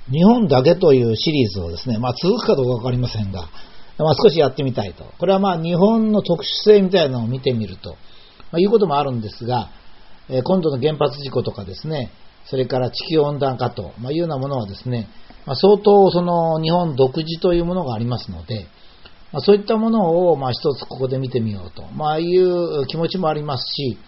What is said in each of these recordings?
日本だけというシリーズをですね、続くかどうかわかりませんが、少しやってみたいと。これは日本の特殊性みたいなのを見てみると、いうこともあるんですが、今度の原発事故とかですね、それから地球温暖化というようなものはですね、相当その日本独自というものがありますので、そういったものを一つここで見てみようと、いう気持ちもありますし、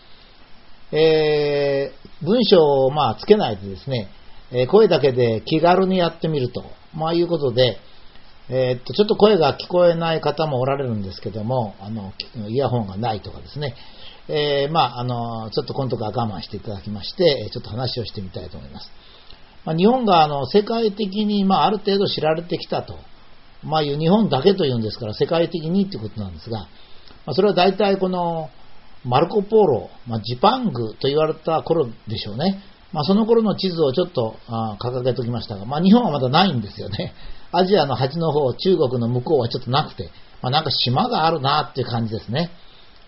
文章をつけないでですね、声だけで気軽にやってみると、いうことで、ちょっと声が聞こえない方もおられるんですけども、イヤホンがないとかですね、ちょっと今度から我慢していただきまして、ちょっと話をしてみたいと思います。日本が世界的にある程度知られてきたと、いう日本だけというんですから世界的にということなんですが、それは大体このマルコ・ポーロ、ジパングと言われた頃でしょうね。その頃の地図をちょっと掲げておきましたが、日本はまだないんですよね。アジアの端の方、中国の向こうはちょっとなくて、なんか島があるなっていう感じですね。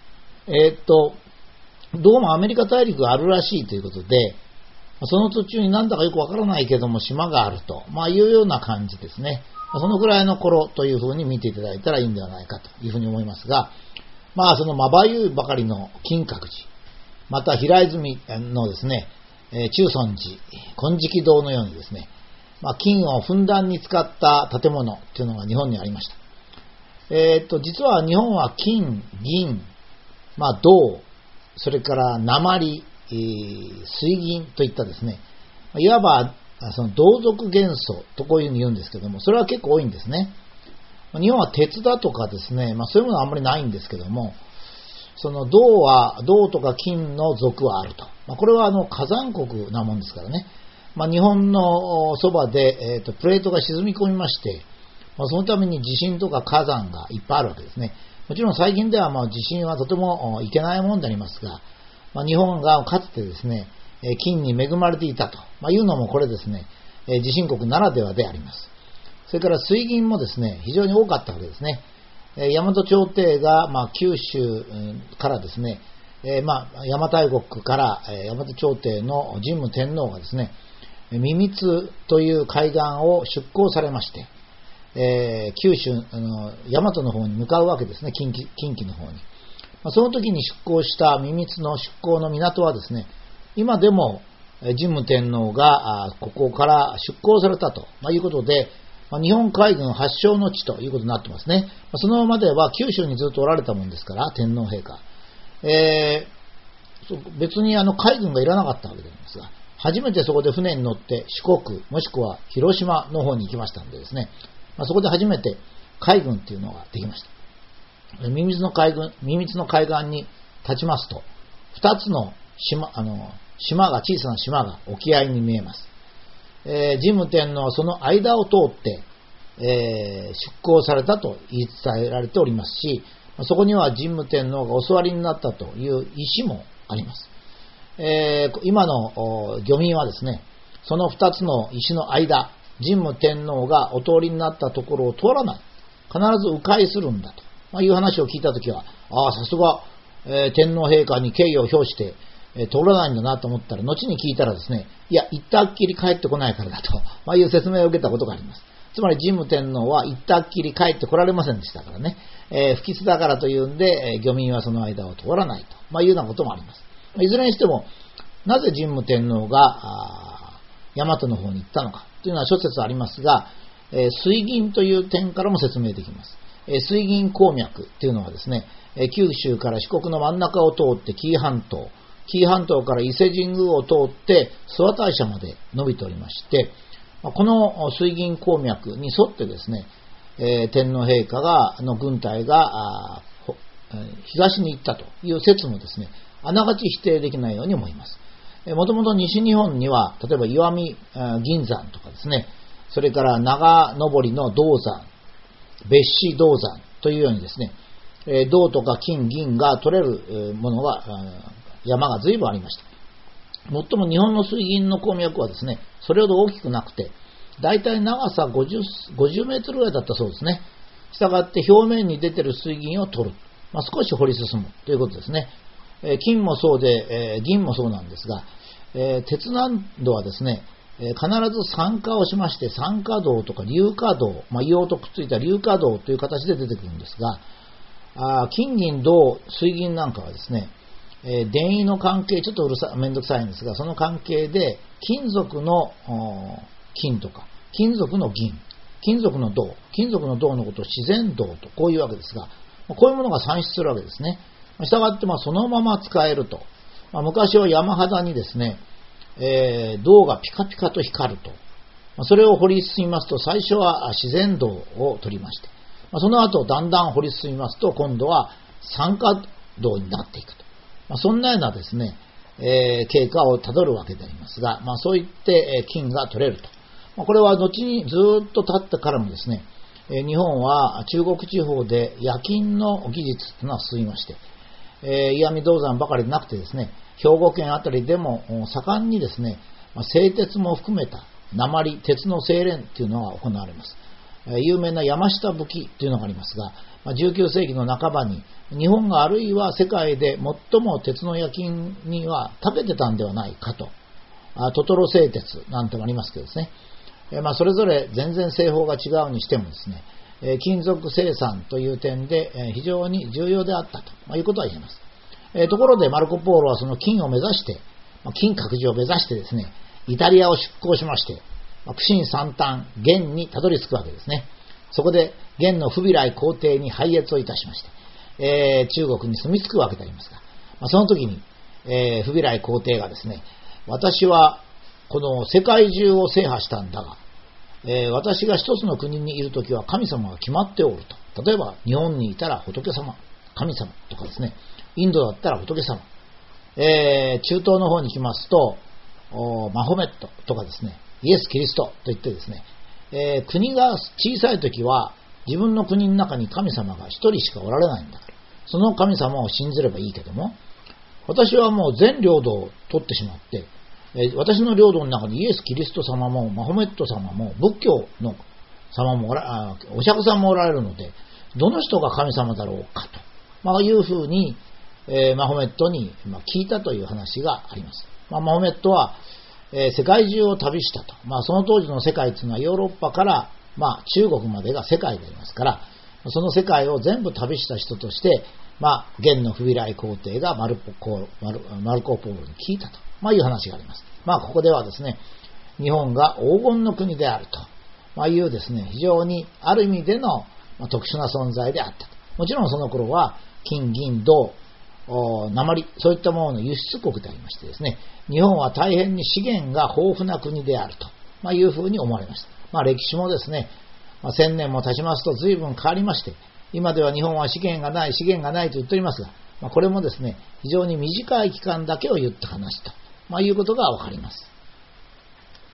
どうもアメリカ大陸があるらしいということで、その途中になんだかよくわからないけども島があると、いうような感じですね。そのくらいの頃というふうに見ていただいたらいいんではないかというふうに思いますが、そのまばゆいばかりの金閣寺、また平泉のですね、中尊寺、金色堂のようにですね、金をふんだんに使った建物というのが日本にありました。実は日本は金、銀、銅、それから鉛、水銀といったですね、いわばその同族元素とこういうふうに言うんですけども、それは結構多いんですね。日本は鉄だとかですね、そういうものはあんまりないんですけども、その銅とか金の属はあると。これは火山国なもんですからね。日本のそばで、プレートが沈み込みまして、そのために地震とか火山がいっぱいあるわけですね。もちろん最近では地震はとてもいけないもんでありますが、日本がかつてですね、金に恵まれていたというのもこれですね、地震国ならではであります。それから水銀もですね、非常に多かったわけですね。大和朝廷が九州からですね、邪馬台国から大和朝廷の神武天皇がですね、秘密という海岸を出港されまして、九州大和の方に向かうわけですね、近畿の方に。その時に出港した秘密の出港の港はですね、今でも神武天皇がここから出港されたということで、日本海軍発祥の地ということになってますね。そのまでは九州にずっとおられたもんですから、天皇陛下。別に海軍がいらなかったわけなんですが、初めてそこで船に乗って四国、もしくは広島の方に行きましたのでですね、そこで初めて海軍っていうのができました。秘密の海岸に立ちますと、二つの小さな島が沖合に見えます。神武天皇はその間を通って、出港されたと言い伝えられておりますし、そこには神武天皇がお座りになったという石もあります。今の漁民はですね、その二つの石の間、神武天皇がお通りになったところを通らない、必ず迂回するんだという話を聞いたときは、さすが、天皇陛下に敬意を表して通らないんだなと思ったら、後に聞いたらですね、いや、行ったっきり帰ってこないからだという説明を受けたことがあります。つまり神武天皇は行ったっきり帰ってこられませんでしたからね、不吉だからというんで、漁民はその間を通らないというようなこともあります。いずれにしても、なぜ神武天皇が大和の方に行ったのかというのは諸説ありますが、水銀という点からも説明できます。水銀鉱脈というのはですね、九州から四国の真ん中を通って紀伊半島から伊勢神宮を通って諏訪大社まで伸びておりまして、この水銀鉱脈に沿ってですね、天皇陛下の軍隊が東に行ったという説もですね、あながち否定できないように思います。もともと西日本には、例えば石見銀山とかですね、それから長登の銅山、別子銅山というようにですね、銅とか金、銀が取れるものが、山が随分ありました。もっとも日本の水銀の鉱脈はですね、それほど大きくなくて、だいたい長さ50メートルぐらいだったそうですね。したがって表面に出ている水銀を取る。少し掘り進むということですね。金もそうで、銀もそうなんですが、鉄難度はですね、 必ず酸化をしまして、酸化銅とか硫化銅、硫黄とくっついた硫化銅という形で出てくるんですが、金銀銅水銀なんかはですね、電位の関係、ちょっとめんどくさいんですが、その関係で金属の金とか金属の銀、金属の銅のことを自然銅とこういうわけですが、こういうものが産出するわけですね。したがってそのまま使えると。昔は山肌にですね、銅がピカピカと光ると。それを掘り進みますと、最初は自然銅を取りまして、その後だんだん掘り進みますと、今度は酸化銅になっていくと。そんなようなですね、経過をたどるわけでありますが、そういって金が取れると。これは後にずっと経ってからもですね、日本は中国地方で冶金の技術というのは進みまして、石見銅山ばかりでなくてですね、兵庫県あたりでも盛んにですね、製鉄も含めた鉛、鉄の精錬というのが行われます。有名な山下武器というのがありますが、19世紀の半ばに日本があるいは世界で最も鉄の冶金には長けてたんではないかと。トトロ製鉄なんてもありますけどですね、それぞれ全然製法が違うにしてもですね、金属生産という点で非常に重要であったということは言えます。ところでマルコ・ポーロはその金を目指して、金閣寺を目指してですね、イタリアを出港しまして、苦心惨憺、元にたどり着くわけですね。そこで元のフビライ皇帝に拝謁をいたしまして、中国に住み着くわけでありますが、その時に、フビライ皇帝がですね、私はこの世界中を制覇したんだが、私が一つの国にいるときは神様が決まっておると。例えば日本にいたら仏様、神様とかですね、インドだったら仏様、中東の方に行きますとマホメットとかですね、イエス・キリストといってですね、国が小さいときは自分の国の中に神様が一人しかおられないんだから、その神様を信じればいいけども、私はもう全領土を取ってしまって、私の領土の中にイエス・キリスト様もマホメット様も仏教の様もお釈迦さんもおられるので、どの人が神様だろうかと、いうふうに、マホメットに聞いたという話があります。マホメットは、世界中を旅したと。その当時の世界というのはヨーロッパから、中国までが世界でありますから、その世界を全部旅した人として、元のフビライ皇帝がマルコ・ポーロに聞いたと、いう話があります。ここではですね、日本が黄金の国であると、いうですね、非常にある意味での、特殊な存在であったと。もちろんその頃は金、銀、銅、鉛、そういったものの輸出国でありましてですね、日本は大変に資源が豊富な国であると、いうふうに思われました。歴史もですね、1000年も経ちますと随分変わりまして、今では日本は資源がないと言っておりますが、これもですね、非常に短い期間だけを言った話と、いうことがわかります。